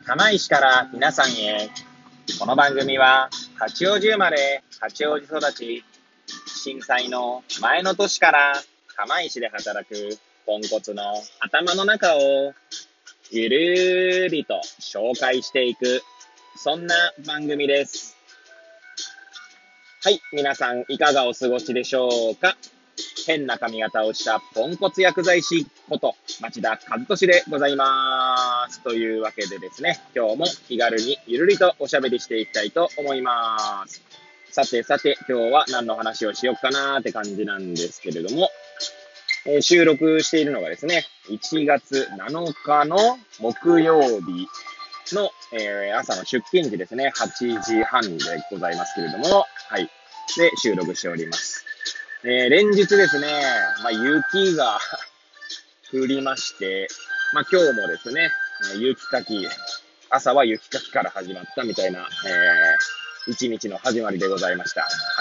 釜石から皆さんへ。この番組は八王子生まれ、八王子育ち、震災の前の年から釜石で働くポンコツの頭の中をゆるりと紹介していく、そんな番組です。はい、皆さんいかがお過ごしでしょうか。変な髪型をしたポンコツ薬剤師こと町田和俊でございます。というわけでですね、今日も気軽にゆるりとおしゃべりしていきたいと思います。さて今日は何の話をしよっかなーって感じなんですけれども、収録しているのがですね、1月7日の木曜日の、朝の出勤時ですね、8時半でございますけれども、はい。で、収録しております。連日ですね、雪が降りまして、今日もですね、朝は雪かきから始まったみたいな、一日の始まりでございました。はい。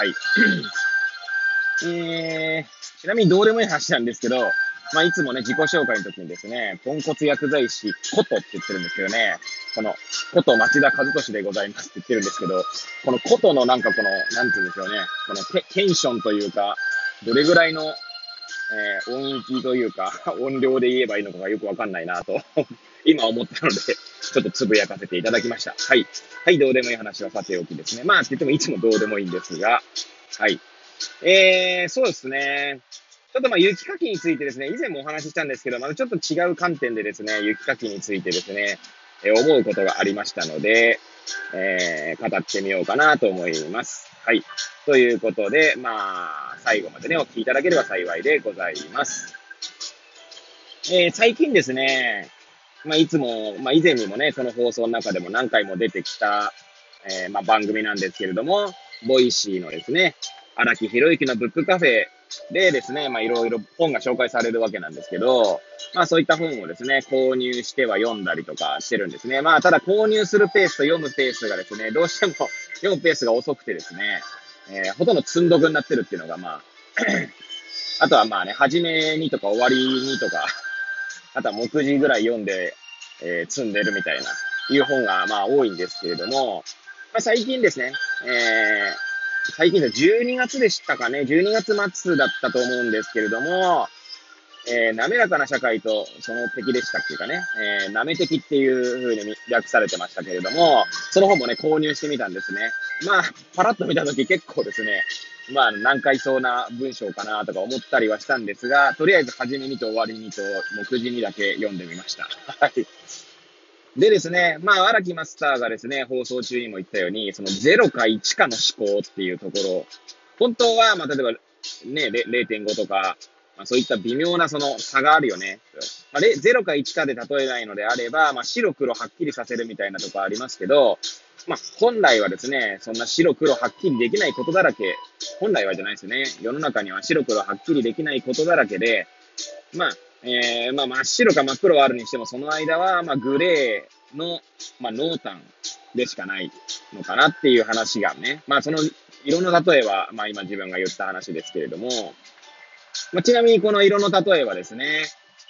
ちなみにどうでもいい話なんですけど、いつもね、自己紹介の時にですね、ポンコツ薬剤師ことって言ってるんですけどね、この、こと町田和俊でございますって言ってるんですけど、このことのなんて言うんでしょうね、このテンションというか、どれぐらいの、音域というか、音量で言えばいいのかがよくわかんないなと、今思ったので、ちょっとつぶやかせていただきました。はい。はい、どうでもいい話はさておきですね。って言ってもいつもどうでもいいんですが、はい。そうですね。ちょっと雪かきについてですね、以前もお話ししたんですけど、ちょっと違う観点でですね、雪かきについてですね、思うことがありましたので、語ってみようかなと思います。はい。ということで、最後までね、お聞きいただければ幸いでございます。最近ですね、いつも、以前にもね、この放送の中でも何回も出てきた、番組なんですけれども、ボイシーのですね、荒木博之のブックカフェでですね、いろいろ本が紹介されるわけなんですけど、そういった本をですね、購入しては読んだりとかしてるんですね。ただ購入するペースと読むペースがですね、どうしても読むペースが遅くてですね、ほとんど積んどくになってるっていうのがあとは初めにとか終わりにとか、あとは目次ぐらい読んで、積んでるみたいな、いう本が多いんですけれども、最近ですね、最近の12月でしたかね、12月末だったと思うんですけれども、滑らかな社会とその敵でしたっていうかね、なめ敵っていう風に略されてましたけれども、その本もね、購入してみたんですね。パラッと見たとき結構ですね、難解そうな文章かなとか思ったりはしたんですが、とりあえず初めにと終わりにと目次にだけ読んでみました。はい。でですね、荒木マスターがですね、放送中にも言ったように、その0か1かの思考っていうところ、本当は、例えば、ね、0.5とか、そういった微妙なその差があるよね。0か1かで例えないのであれば、白黒はっきりさせるみたいなとこありますけど、本来はですね、そんな白黒はっきりできないことだらけ、本来はじゃないですね。世の中には白黒はっきりできないことだらけで、真っ白か真っ黒はあるにしても、その間は、グレーの、濃淡でしかないのかなっていう話がね、その色の例えは、今自分が言った話ですけれども、ちなみにこの色の例えはですね、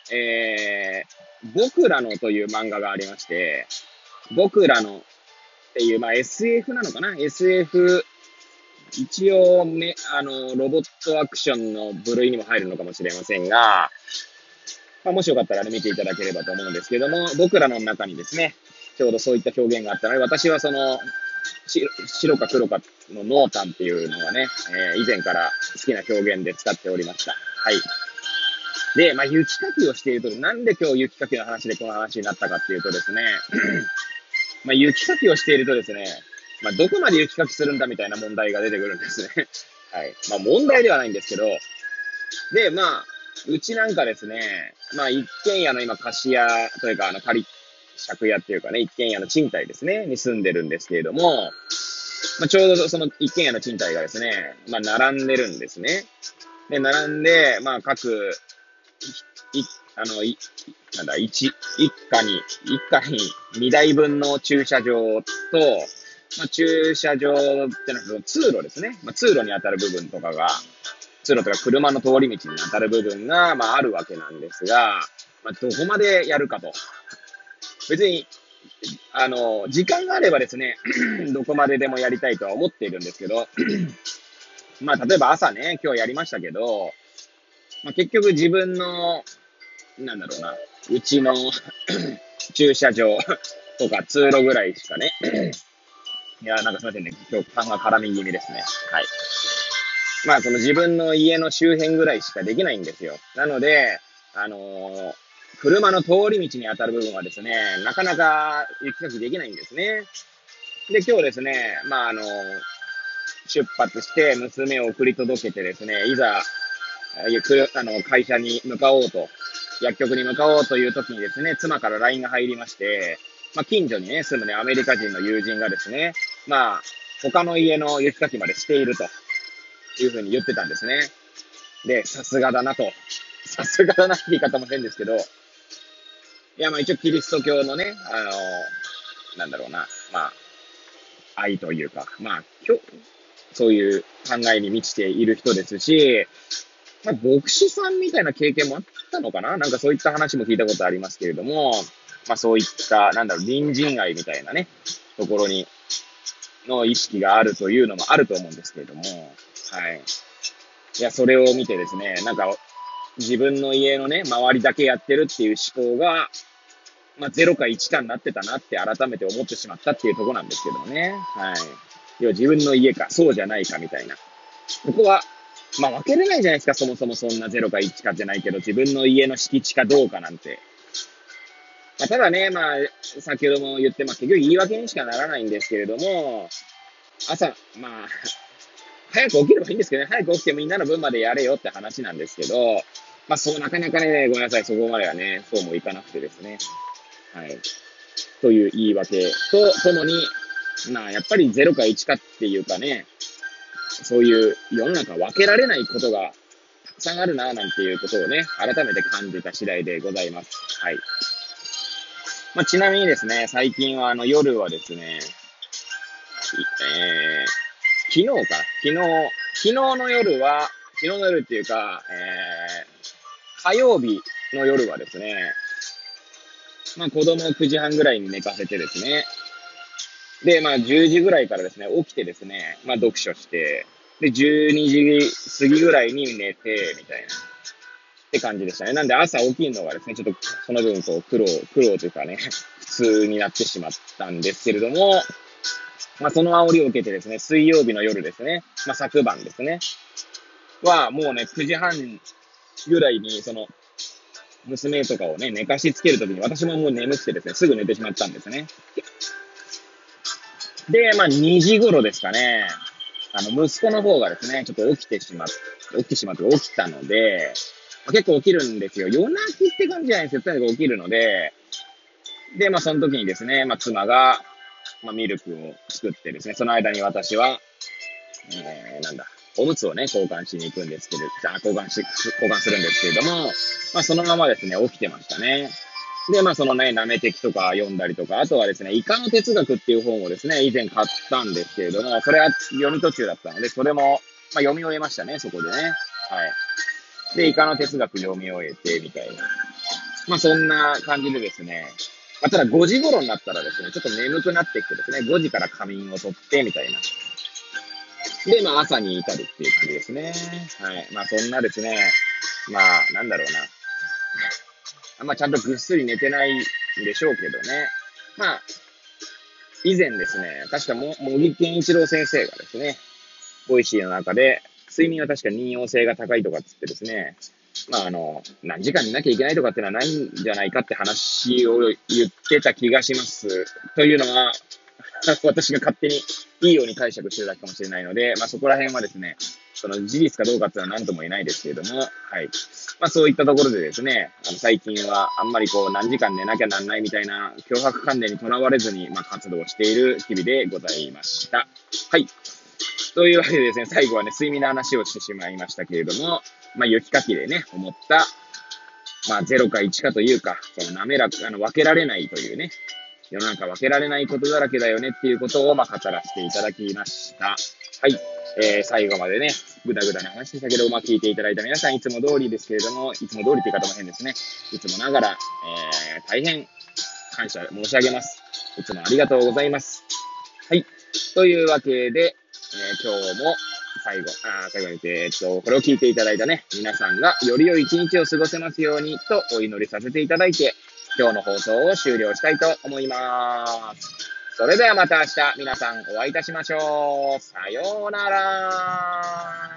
僕らのという漫画がありまして、僕らのっていう、SF なのかな ?SF、一応ロボットアクションの部類にも入るのかもしれませんが、もしよかったら見ていただければと思うんですけども、僕らの中にですね、ちょうどそういった表現があったので、私はその、白か黒かの濃淡っていうのがね、以前から好きな表現で使っておりました。はい。で、雪かきをしていると、なんで今日雪かきの話でこの話になったかっていうとですね、雪かきをしているとですね、どこまで雪かきするんだみたいな問題が出てくるんですね。はい。問題ではないんですけど、で、うちなんかですね、一軒家の今貸し家というか、借借家っていうかね、一軒家の賃貸ですね、に住んでるんですけれども、ちょうどその一軒家の賃貸がですね、並んでるんですね。で、並んで、各、い、あの、い、なんだ、一家に2台分の駐車場と、駐車場ってのは通路ですね。通路に当たる部分とかが、通路とか車の通り道に当たる部分が、あるわけなんですが、どこまでやるかと。別に、 時間があればですね、どこまででもやりたいとは思っているんですけど、まあ、例えば朝ね、今日やりましたけど、まあ、結局自分の、なんだろうな、うちの駐車場とか通路ぐらいしかね、いや、なんかすいませんね、今日勘が絡み気味ですね。はい。まあ、その自分の家の周辺ぐらいしかできないんですよ。なので、あのー車の通り道に当たる部分はですね、なかなか雪かきできないんですね。で、今日ですね、まあ、出発して娘を送り届けてですね、いざ、会社に向かおうと、薬局に向かおうという時にですね、妻から LINE が入りまして、まあ、近所にね、住むね、アメリカ人の友人がですね、まあ、他の家の雪かきまでしているというふうに言ってたんですね。で、さすがだなと。さすがだなって言い方も変ですけど、いや、まあ一応キリスト教のね、なんだろうな、まあ、愛というか、まあ、そういう考えに満ちている人ですし、まあ、牧師さんみたいな経験もあったのかな、なんかそういった話も聞いたことありますけれども、まあそういった、なんだろう、隣人愛みたいなね、ところに、の意識があるというのもあると思うんですけれども、はい。いや、それを見てですね、なんか、自分の家のね、周りだけやってるっていう思考が、まあ、0か1かになってたなって改めて思ってしまったっていうところなんですけどもね。はい。要は自分の家か、そうじゃないかみたいな。ここは、まあ、分けれないじゃないですか、そもそもそんな0か1かじゃないけど、自分の家の敷地かどうかなんて。まあ、ただね、まあ、先ほども言って、まあ、結局言い訳にしかならないんですけれども、朝、まあ、早く起きればいいんですけどね、早く起きてみんなの分までやれよって話なんですけど、まあ、そう、なかなかね、ごめんなさい、そこまではね、そうもいかなくてですね。はい。という言い訳とともに、まあ、やっぱり0か1かっていうかね、そういう世の中分けられないことがたくさんあるな、なんていうことをね、改めて感じた次第でございます。はい。まあ、ちなみにですね、最近は夜はですね、昨日か、昨日の夜っていうか、火曜日の夜はですね、まあ子供を9時半ぐらいに寝かせてですね、で、まあ10時ぐらいからですね、起きてですね、まあ読書して、で、12時過ぎぐらいに寝て、みたいな、って感じでしたね。なんで朝起きるのがですね、ちょっとその分こう苦労というかね、普通になってしまったんですけれども、まあその煽りを受けてですね、水曜日の夜ですね、まあ昨晩ですね、はもうね、9時半ぐらいに、娘とかをね、寝かしつけるときに私ももう眠くてですね、すぐ寝てしまったんですね。で、まあ2時頃ですかね、息子の方がですね、ちょっと起きてしまって、起きたので、結構起きるんですよ。夜泣きって感じじゃないんですよ。とにかく起きるので、で、まあその時にですね、まあ妻が、まあミルクを作ってですね、その間に私は、なんだ、おむつをね、交換しに行くんですけど、交換するんですけれども、まあそのままですね、起きてましたね。で、まあそのね、なめてきとか読んだりとか、あとはですね、イカの哲学っていう本をですね、以前買ったんですけれども、それは読み途中だったので、それも、まあ読み終えましたね、そこでね。はい。で、イカの哲学読み終えて、みたいな。まあそんな感じでですね、まあ、ただ5時頃になったらですね、ちょっと眠くなってきてですね、5時から仮眠を取って、みたいな。で、まあ朝に至るっていう感じですね。はい。まあそんなですね、まあなんだろうな。あんまちゃんとぐっすり寝てないんでしょうけどね。まあ、以前ですね、確か茂木健一郎先生がですね、ボイシーの中で、睡眠は確か任用性が高いとかっつってですね、まあ何時間寝なきゃいけないとかっていうのはないんじゃないかって話を言ってた気がします。というのは、私が勝手にいいように解釈してるだけかもしれないので、まあそこら辺はですね、その事実かどうかっていうのは何とも言えないですけれども、はい。まあそういったところでですね、最近はあんまりこう何時間寝なきゃなんないみたいな脅迫観念にとらわれずに、まあ活動している日々でございました。はい。というわけでですね、最後はね、睡眠の話をしてしまいましたけれども、まあ雪かきでね、思った、まあ0か1かというか、その滑らか、分けられないというね、世の中分けられないことだらけだよねっていうことを、まあ、語らせていただきました。はい。最後までね、ぐだぐだな話でしたけど、まあ、聞いていただいた皆さん、いつも通りですけれども、いつも通りって言い方も変ですね。いつもながら、大変感謝申し上げます。 いつもありがとうございます。はい。というわけで、今日も最後に、これを聞いていただいたね、皆さんがより良い一日を過ごせますようにとお祈りさせていただいて、今日の放送を終了したいと思います。それではまた明日皆さんお会いいたしましょう。さようなら。